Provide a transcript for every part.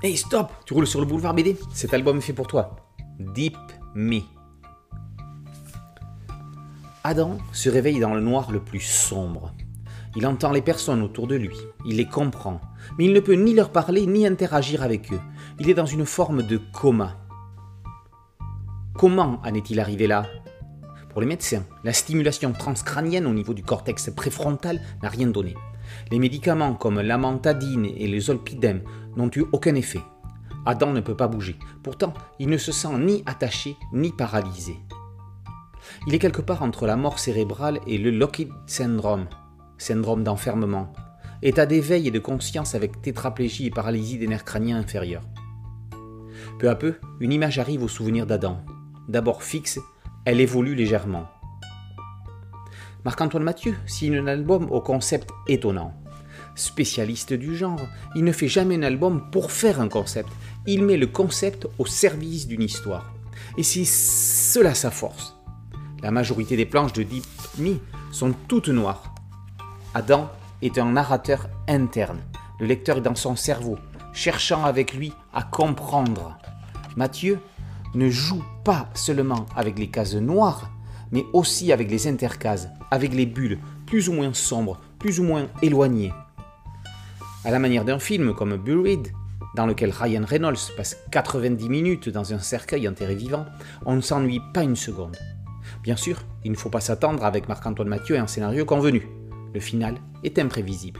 Hey stop, tu roules sur le boulevard BD? Cet album est fait pour toi. Deep Me. Adam se réveille dans le noir le plus sombre. Il entend les personnes autour de lui, il les comprend, mais il ne peut ni leur parler ni interagir avec eux. Il est dans une forme de coma. Comment en est-il arrivé là? Pour les médecins, la stimulation transcrânienne au niveau du cortex préfrontal n'a rien donné. Les médicaments comme l'amantadine et le zolpidem n'ont eu aucun effet. Adam ne peut pas bouger. Pourtant, il ne se sent ni attaché ni paralysé. Il est quelque part entre la mort cérébrale et le Lockheed Syndrome, syndrome d'enfermement, état d'éveil et de conscience avec tétraplégie et paralysie des nerfs crâniens inférieurs. Peu à peu, une image arrive au souvenir d'Adam. D'abord fixe, elle évolue légèrement. Marc-Antoine Mathieu signe un album au concept étonnant. Spécialiste du genre, il ne fait jamais un album pour faire un concept. Il met le concept au service d'une histoire. Et c'est cela sa force. La majorité des planches de Deep Me sont toutes noires. Adam est un narrateur interne. Le lecteur est dans son cerveau, cherchant avec lui à comprendre. Mathieu ne joue pas seulement avec les cases noires, mais aussi avec les intercases, avec les bulles, plus ou moins sombres, plus ou moins éloignées. À la manière d'un film comme Buried, dans lequel Ryan Reynolds passe 90 minutes dans un cercueil enterré vivant, on ne s'ennuie pas une seconde. Bien sûr, il ne faut pas s'attendre avec Marc-Antoine Mathieu à un scénario convenu. Le final est imprévisible.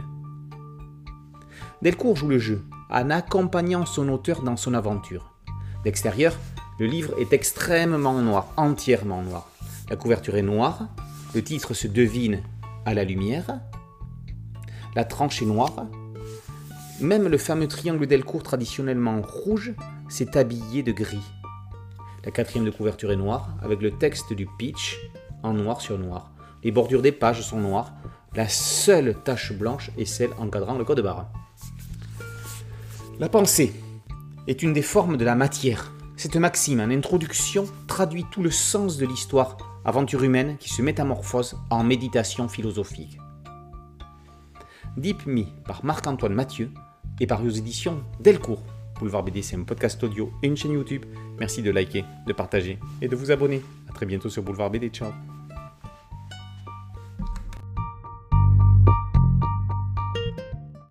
Delcourt joue le jeu, en accompagnant son auteur dans son aventure. D'extérieur, le livre est extrêmement noir, entièrement noir. La couverture est noire, le titre se devine à la lumière, la tranche est noire, même le fameux triangle Delcourt traditionnellement rouge s'est habillé de gris. La quatrième de couverture est noire, avec le texte du pitch en noir sur noir. Les bordures des pages sont noires, la seule tache blanche est celle encadrant le code-barre. La pensée est une des formes de la matière. Cette maxime en introduction traduit tout le sens de l'histoire, aventure humaine qui se métamorphose en méditation philosophique. Deep Me par Marc-Antoine Mathieu et par aux éditions Delcourt. Boulevard BD, c'est un podcast audio et une chaîne YouTube. Merci de liker, de partager et de vous abonner. A très bientôt sur Boulevard BD. Ciao.